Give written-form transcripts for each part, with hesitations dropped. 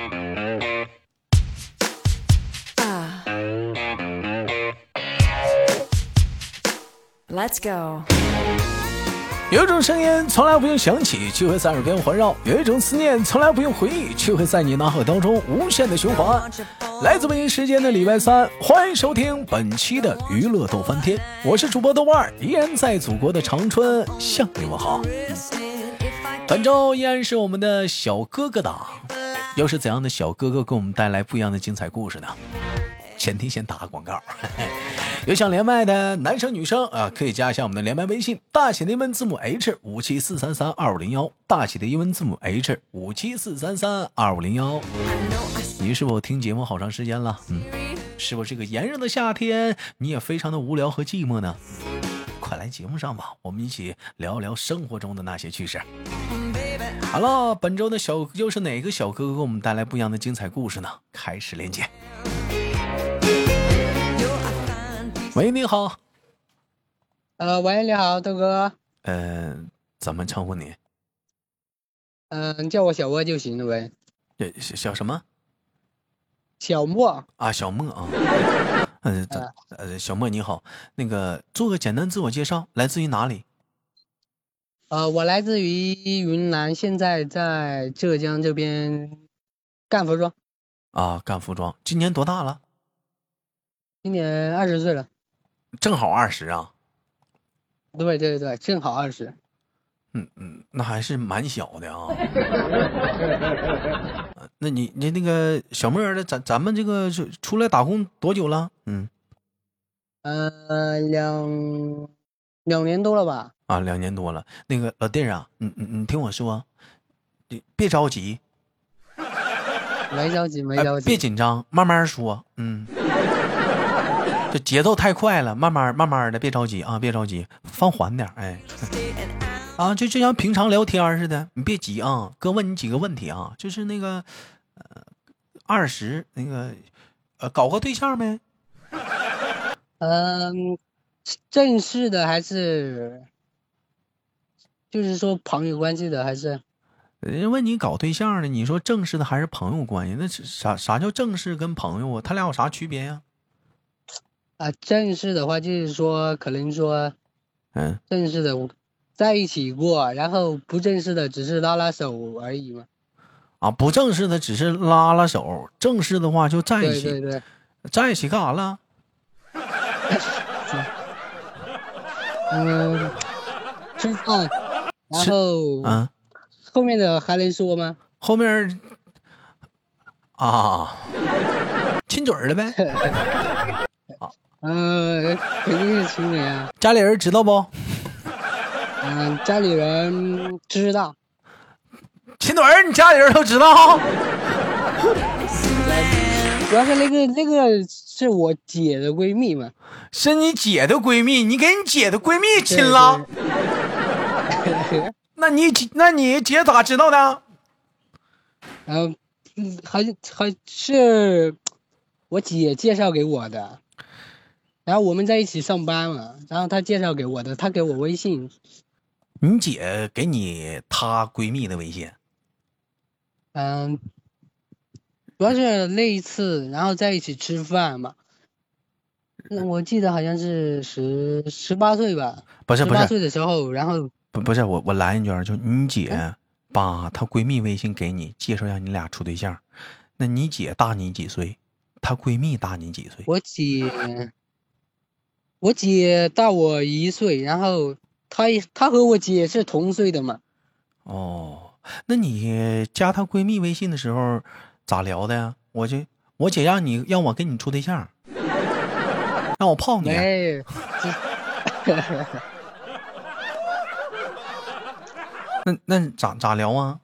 Let's go。 有一种声音从来不用响起，却会在耳边环绕；有一种思念从来不用回忆，却会在你脑海当中无限的循环。来自北京时间的礼拜三，欢迎收听本期的娱乐逗翻天，我是主播豆瓣，依然在祖国的长春向你们好。本周依然是我们的小哥哥档，又是怎样的小哥哥给我们带来不一样的精彩故事呢？前提先打个广告，有想连麦的男生女生啊，可以加一下我们的连麦微信，大写的英文字母 H574332501，大写的英文字母 H574332501。你是否听节目好长时间了？是否这个炎热的夏天你也非常的无聊和寂寞呢？快来节目上吧，我们一起聊聊生活中的那些趣事。好了，本周的又是哪个小哥哥给我们带来不一样的精彩故事呢？开始连接。喂，你好。 喂，你好，豆哥。 怎么称呼你？ 叫我小莫就行了呗。 小什么？ 小莫啊，小莫啊。小莫你好，那个做个简单自我介绍，来自于哪里？ 我来自于云南，现在在浙江这边干服装。 啊，干服装。今年多大了？ 今年20岁了。 正好20啊？ 对对对，正好20。 那还是蛮小的啊。那你那个小妹儿的，咱们这个出来打工多久了 ？2年多了吧。 啊，2年多了。那个老弟儿啊，你听我说，你别着急。 没着急，没着急， 别紧张，慢慢说。这节奏太快了，慢慢的，别着急啊，别着急，放缓点，哎。啊，就像平常聊天似的，你别急啊。哥问你几个问题啊，就是那个20那个搞过对象没？ 正式的还是就是说朋友关系的还是？ 人家问你搞对象呢，你说正式的还是朋友关系？那啥叫正式跟朋友啊？他俩有啥区别呀？ 正式的话就是说可能说，正式的在一起过，然后不正式的只是拉拉手而已嘛。 啊，不正式的只是拉拉手，正式的话就在一起。 对对对， 在一起干啥了？ 吃饭，然后后面的还能说吗？ 后面亲嘴了呗。 肯定是亲人啊。 家里人知道不？ 家里人知道。 亲嘴儿，你家里人都知道。 主要是那个是我姐的闺蜜嘛。 是你姐的闺蜜，你给你姐的闺蜜亲了？那你姐咋知道的？ 还是我姐介绍给我的。然后我们在一起上班嘛，然后她介绍给我的，她给我微信。 你姐给你她闺蜜的微信？ 主要是那一次，然后在一起吃饭嘛。我记得好像是18岁吧。 不是 18岁的时候，然后不是我拦一句，就你姐把她闺蜜微信给你，介绍让你俩处对象。那你姐大你几岁？她闺蜜大你几岁？ 我姐大我1岁，然后她和我姐是同岁的嘛。 哦，那你加她闺蜜微信的时候咋聊的呀？我姐让我跟你处对象，让我泡你。那咋聊啊？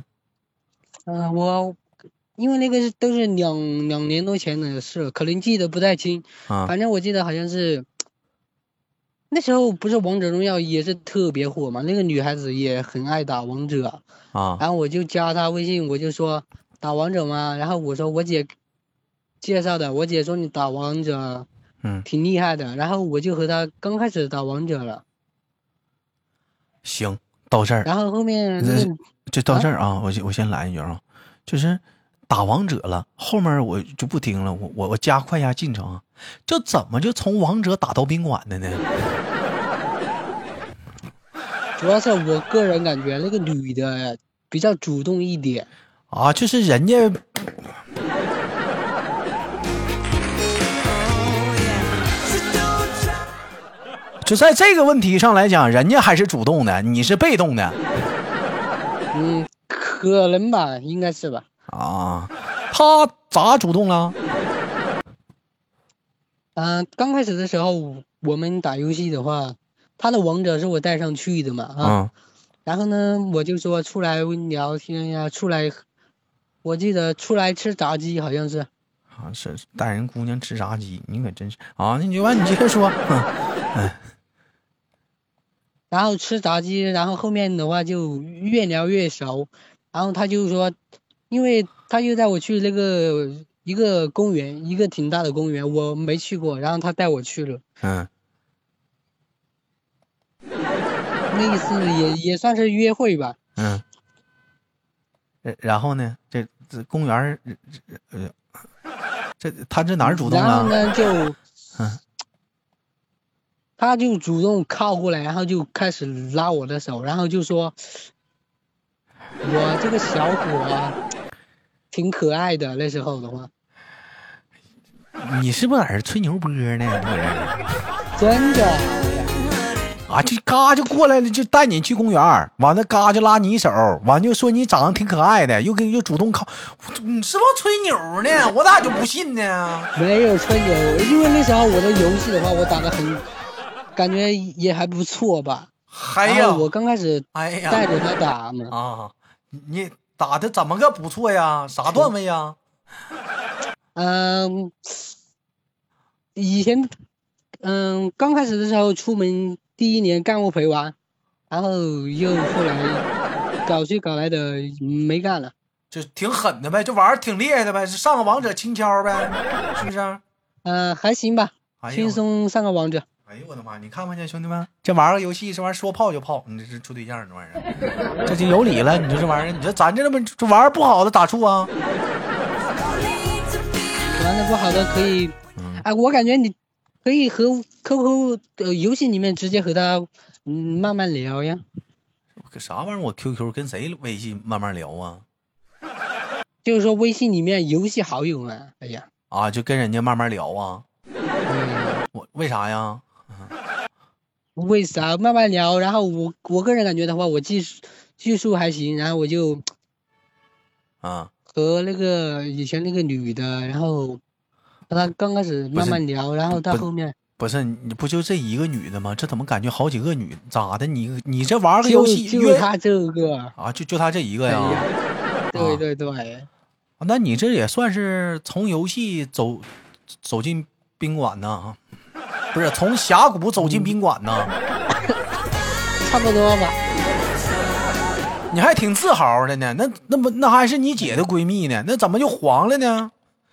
我因为那个都是两年多前的事，可能记得不太清。反正我记得好像是那时候不是王者荣耀也是特别火嘛，那个女孩子也很爱打王者然后我就加她微信，我就说打王者嘛，然后我说我姐介绍的，我姐说你打王者挺厉害的，然后我就和她刚开始打王者了。 行，到这儿。 然后后面就到这儿啊，我先来一句啊，就是打王者了，后面我就不听了，我加快一下进程，就怎么就从王者打到宾馆的呢？ 主要是我个人感觉那个女的比较主动一点啊，就是人家就在这个问题上来讲，人家还是主动的，你是被动的。 可能吧，应该是吧。 啊，他咋主动了？ 刚开始的时候，我们打游戏的话，他的王者是我带上去的嘛，然后呢，我就说出来聊天呀，出来，我记得出来吃炸鸡，好像是。 啊，是带人姑娘吃炸鸡，你可真是啊！那你完，你接着说。 然后吃炸鸡，然后后面的话就越聊越熟，然后他就说，因为他就带我去那个一个公园，一个挺大的公园，我没去过，然后他带我去了。那一次也算是约会吧。 然后呢，这公园这他这哪儿主动了？ 然后呢就，他就主动靠过来，然后就开始拉我的手，然后就说，我这个小伙挺可爱的。那时候的话， 你是不是在这吹牛波呢？ 真的啊，就嘎就过来了，就带你去公园，完了嘎就拉你手，完就说你长得挺可爱的，又主动靠，你是不是吹牛呢？我咋就不信呢？ 没有吹牛，因为那时候我的游戏的话，我打得很，感觉也还不错吧。然后我刚开始带着他打嘛。 啊，你打的怎么个不错呀？啥段位呀？ 以前刚开始的时候出门第一年干过陪玩，然后又后来搞去搞来的没干了， 就挺狠的呗，这玩意儿挺厉害的呗，是上个王者轻巧呗，是不是？ 还行吧，轻松上个王者。 哎呦我的妈！你看兄弟们，这玩个游戏，这玩意儿说泡就泡，你这是处对象这玩意儿，这就有理了。你说这玩意儿，你说咱这么这玩意儿不好的咋处啊？ 玩的不好的可以，我感觉你可以和 QQ 游戏里面直接和他慢慢聊呀。 啥玩意儿？我 QQ 跟谁微信慢慢聊啊？ 就是说微信里面游戏好友嘛。哎呀， 就跟人家慢慢聊啊。我为啥呀？ 为啥慢慢聊？然后我个人感觉的话，我技术还行，然后我就和那个以前那个女的，然后和她刚开始慢慢聊，然后到后面不是你不就这一个女的吗？这怎么感觉好几个女？咋的？你这玩个游戏就她这个就她这一个呀？ 对对对。 那你这也算是从游戏走进宾馆呢？不是从峡谷走进宾馆呢？ 差不多吧。 你还挺自豪的呢，那还是你姐的闺蜜呢，那怎么就黄了呢？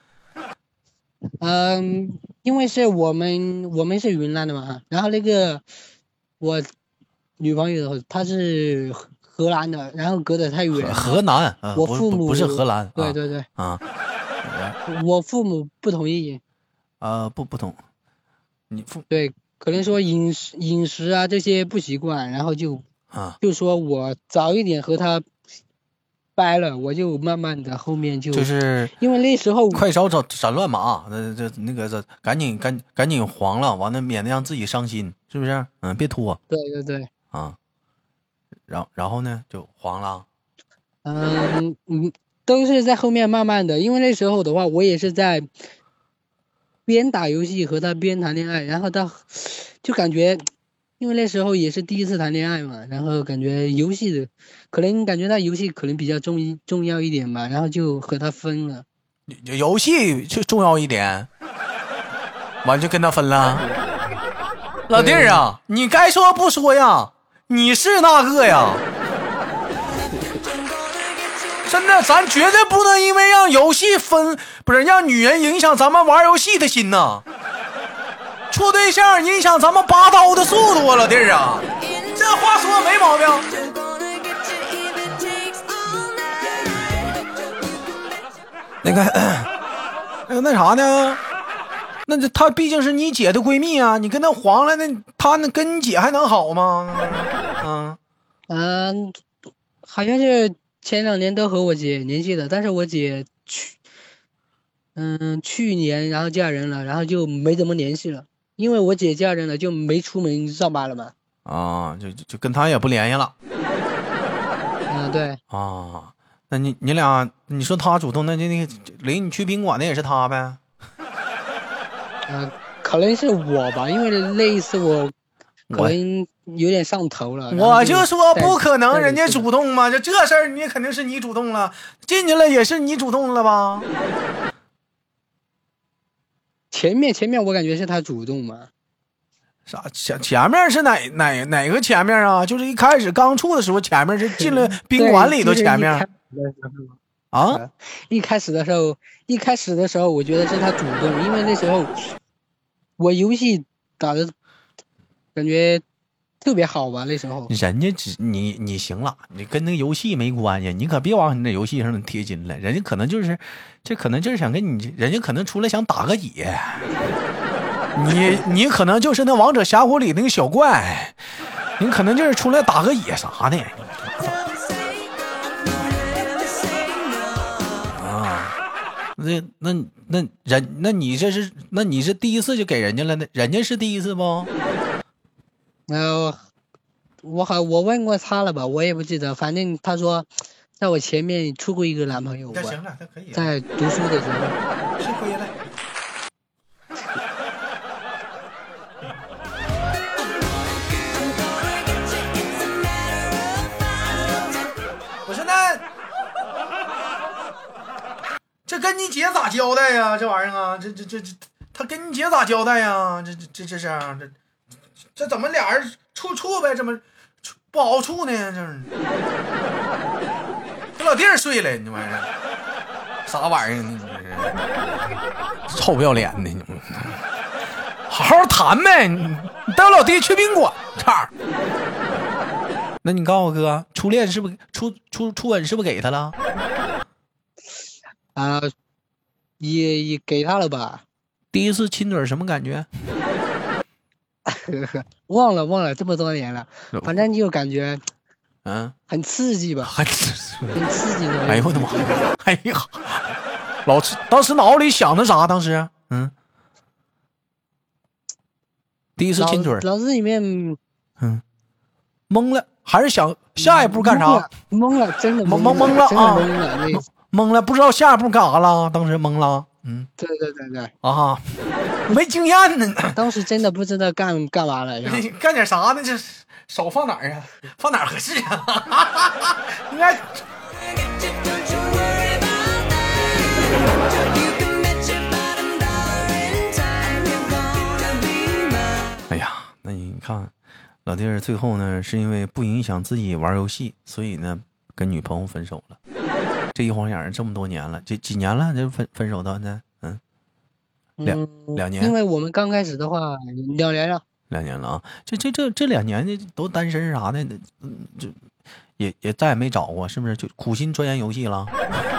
因为是我们是云南的嘛，然后那个我女朋友她是荷兰的，然后隔得太远。 河南， 我父母不是荷兰。 对对对我父母不同意。 不同。你对，可能说饮食啊这些不习惯，然后就说我早一点和他掰了，我就慢慢的后面就是因为那时候快手斩乱麻，那个赶紧黄了，完了免得让自己伤心，是不是？别拖。 对对对。 然后呢就黄了。 都是在后面慢慢的，因为那时候的话，我也是在边打游戏和他边谈恋爱，然后就感觉，因为那时候也是第一次谈恋爱嘛，然后感觉游戏的可能感觉到游戏可能比较重要一点吧，然后就和他分了。 游戏就重要一点，完就跟他分了。老弟儿啊，你该说不说呀？你是那个呀？真的，咱绝对不能因为让游戏不是让女人影响咱们玩游戏的心呐。处对象影响咱们拔刀的速度啊，老弟儿啊，这话说没毛病。 那个那啥呢？那她毕竟是你姐的闺蜜啊，你跟她黄了，那她那跟你姐还能好吗？ 好像是前2年都和我姐联系的，但是我姐去年然后嫁人了，然后就没怎么联系了，因为我姐嫁人了就没出门上班了嘛。 就跟她也不联系了。 对。 那你俩，你说她主动，那个领你去宾馆的也是她呗？ 可能是我吧，因为那一次我可能有点上头了。 我就说不可能，人家主动嘛，这事儿你肯定是你主动了，进去了也是你主动了吧？ 前面我感觉是他主动嘛。 啥前面是哪个前面啊？就是一开始刚处的时候，前面是进了宾馆里头前面。 一开始的时候，我觉得是他主动，因为那时候我游戏打的感觉特别好吧，那时候。 人家你行了，你跟那个游戏没关系，你可别往你那游戏上贴金了。人家可能就是想跟你，人家可能出来想打个野。你可能就是那王者峡谷里那个小怪，你可能就是出来打个野啥的。那你是第一次就给人家了呢？人家是第一次不？ 我问过他了吧，我也不记得，反正他说在我前面出过一个男朋友吧。 行了，他可以。 在读书的时候。 是回来。不是那。这跟你姐咋交代呀？这玩意儿啊，这他跟你姐咋交代呀？这是这怎么俩人处呗？怎么不好处呢？这老弟儿睡了，你玩意儿啥玩意儿？臭不要脸的，你好好谈呗！你带我老弟去宾馆，叉。那你告诉我哥，初恋是不是初吻是不是给他了？ 也给他了吧。 第一次亲嘴什么感觉？ 忘了这么多年了，反正就感觉很刺激吧， 很刺激的。 哎呦我的妈！哎呀，当时脑里想的啥？当时第一次亲嘴， 脑子里面懵了，还是想下一步干啥？ 懵了，真的懵了啊！懵了，不知道下一步干啥了。当时懵了， 对没经验呢。 当时真的不知道干嘛了。 干点啥呢？这手放哪儿啊？放哪儿合适啊？应该。哎呀，那你看，老弟儿最后呢，是因为不影响自己玩游戏，所以呢，跟女朋友分手了。这一晃眼这么多年了，这几年了，这分手到呢两年。 因为我们刚开始的话2年了。 2年了啊！这2年都单身啥的，就也再也没找过，是不是？就苦心钻研游戏了。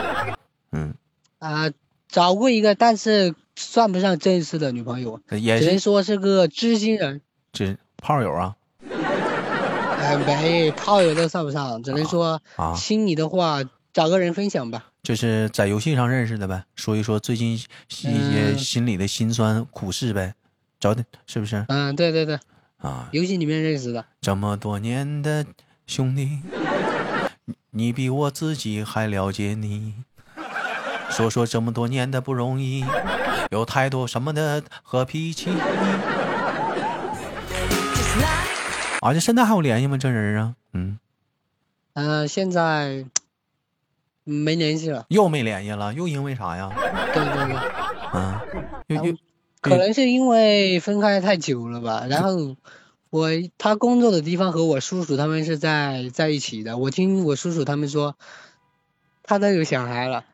找过一个，但是算不上正式的女朋友，只能说是个知心人， 炮友啊。 没炮友都算不上，只能说心里的话找个人分享吧。 就是在游戏上认识的呗，说一说最近一些心里的辛酸苦事呗，找的是不是？ 对游戏里面认识的。 这么多年的兄弟，你比我自己还了解你。说这么多年的不容易，有太多什么的和脾气。这现在还有联系吗？这人啊？现在没联系了。 又没联系了？又因为啥呀？ 对。可能是因为分开太久了吧。然后他工作的地方和我叔叔他们是在一起的。我听我叔叔他们说，他都有小孩了。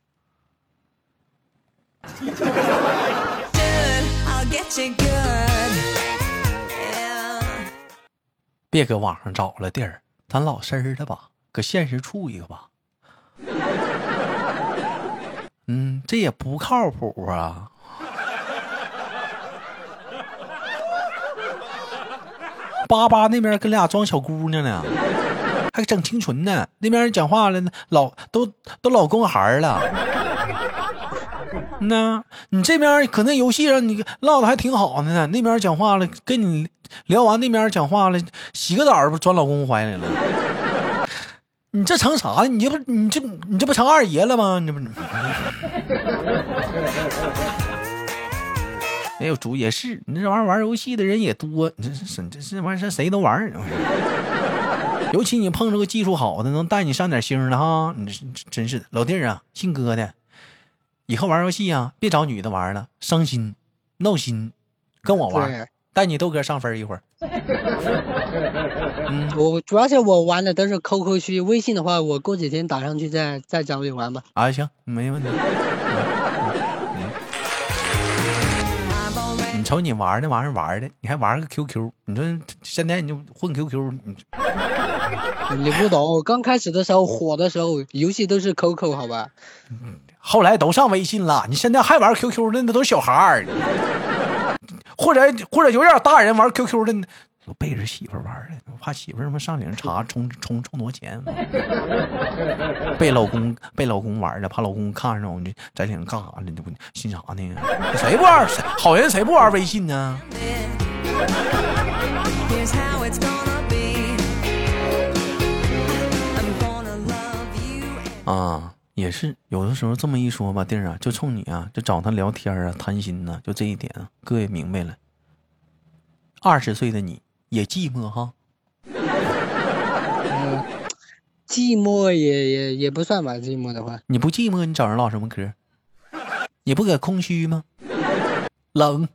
别搁网上找了地儿，咱老实儿的吧，搁现实处一个吧。 这也不靠谱啊。88那边跟俩装小姑娘呢，还整清纯呢。那边人讲话了，都老公孩了。那你这边可能游戏上你唠的还挺好的呢，那边讲话了，跟你聊完那边讲话了，洗个澡不钻老公怀里了。你这成啥？你这不成二爷了吗？你这不？没有主也是，你这玩意儿玩游戏的人也多，这玩意儿谁都玩。尤其你碰着个技术好的，能带你上点星的哈，你真是的。老弟儿啊，姓哥的，以后玩游戏啊，别找女的玩了，伤心闹心，跟我玩，带你豆哥上分一会儿。 我主要是我玩的都是 QQ 区，微信的话，我过几天打上去再找你玩吧。 啊，行，没问题。你瞅你玩那玩意儿玩的，你还玩个 QQ？ 你说现在你就混 QQ？ 你不懂，刚开始的时候火的时候，游戏都是 QQ 好吧？ 后来都上微信了，你现在还玩 QQ 的那都是小孩儿，或者有点大人玩 QQ 的，我背着媳妇玩的，我怕媳妇什么上领查充多钱，被老公玩的，怕老公看上我就在领干啥了，这不信啥呢？谁不玩？好人谁不玩微信呢？啊，也是有的时候这么一说吧，弟儿啊，就冲你啊，就找他聊天啊，谈心呢，就这一点啊，哥也明白了。20岁的你也寂寞哈？ 寂寞也不算吧，寂寞的话。 你不寂寞，你找人唠什么嗑？你不搁空虚吗？冷，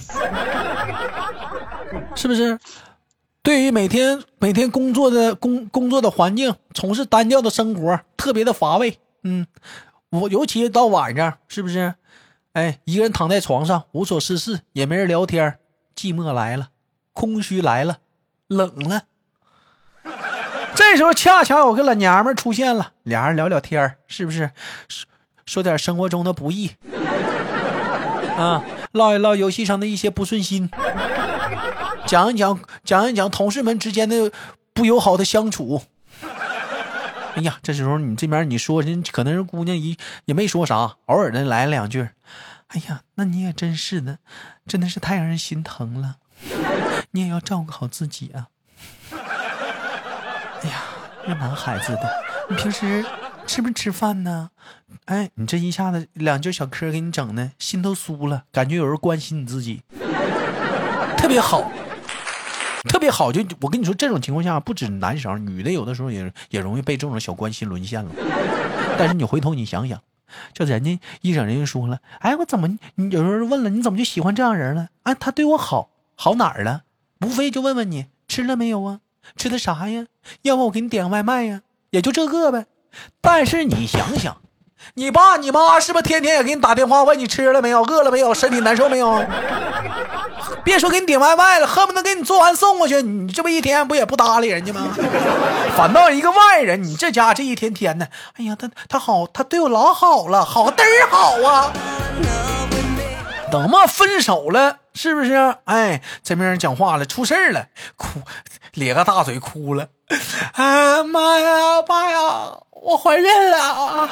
是不是？对于每天工作的环境，从事单调的生活，特别的乏味。我尤其到晚上，是不是？哎，一个人躺在床上，无所事事，也没人聊天，寂寞来了，空虚来了，冷了。这时候恰巧有个老娘们出现了，俩人聊聊天，是不是？说点生活中的不易啊，唠一唠游戏上的一些不顺心。讲一讲同事们之间的不友好的相处。哎呀，这时候你这边你说可能是姑娘也没说啥，偶尔的来了两句。哎呀，那你也真是的，真的是太让人心疼了。你也要照顾好自己啊。哎呀，这男孩子的，你平时吃不吃饭呢？哎，你这一下子两句小嗑给你整的心都酥了，感觉有人关心你自己，特别好。特别好，就我跟你说，这种情况下不止男生，女的有的时候也容易被这种小关系沦陷了。但是你回头你想想，就人家一整人就说了，哎，我怎么你有人问了，你怎么就喜欢这样人了？啊，他对我好哪儿了？无非就问问你吃了没有啊，吃的啥呀？要不我给你点外卖呀，也就这个呗。但是你想想，你爸你妈是不是天天也给你打电话问你吃了没有，饿了没有，身体难受没有？别说给你点外卖了，恨不得给你做完送过去，你这不一天不也不搭理人家吗？反倒一个外人，你这家这一天天的，哎呀，他好，他对我老好了，好嘚儿好啊。等嘛分手了，是不是？哎，这边人讲话了，出事儿了，哭，咧个大嘴哭了。啊妈呀，爸呀，我怀孕了。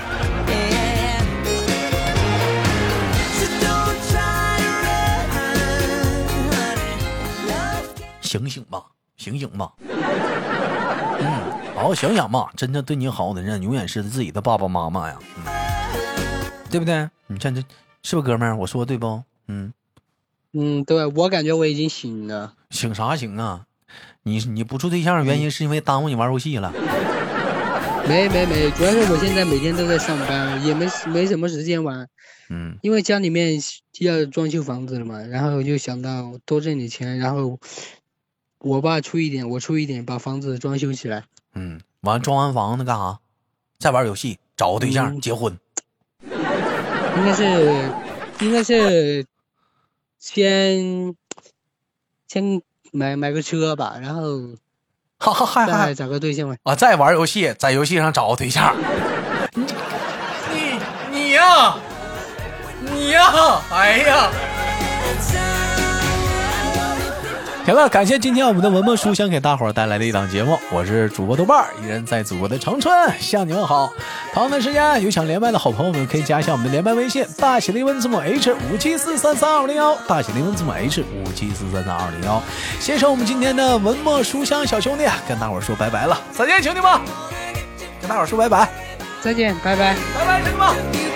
醒醒吧，醒醒吧。好好想想吧，真正对你好的人永远是自己的爸爸妈妈呀。对不对？你看这是不是哥们儿？我说对不？ 对，我感觉我已经醒了。 醒啥醒啊？你不处对象的原因是因为耽误你玩游戏了？ 没，主要是我现在每天都在上班，也没什么时间玩。因为家里面要装修房子了嘛，然后我就想到多挣点钱，然后我爸出一点，我出一点，把房子装修起来。 完装完房子干啥？再玩游戏，找个对象，结婚。 应该是先买个车吧，然后再找个对象吧。 再玩游戏，在游戏上找个对象。你呀， 呀，哎呀。行了，感谢今天我们的文墨书香给大伙儿带来的一档节目，我是主播豆瓣儿，依然在祖国的长春向你们好。同样的时间，有想连麦的好朋友们可以加一下我们的连麦微信，大写的英文字母 H57433201，大写的英文字母 H57433201。携手我们今天的文墨书香小兄弟跟大伙儿说拜拜了，再见兄弟们，跟大伙儿说拜拜， 再见，拜拜， 拜拜兄弟们。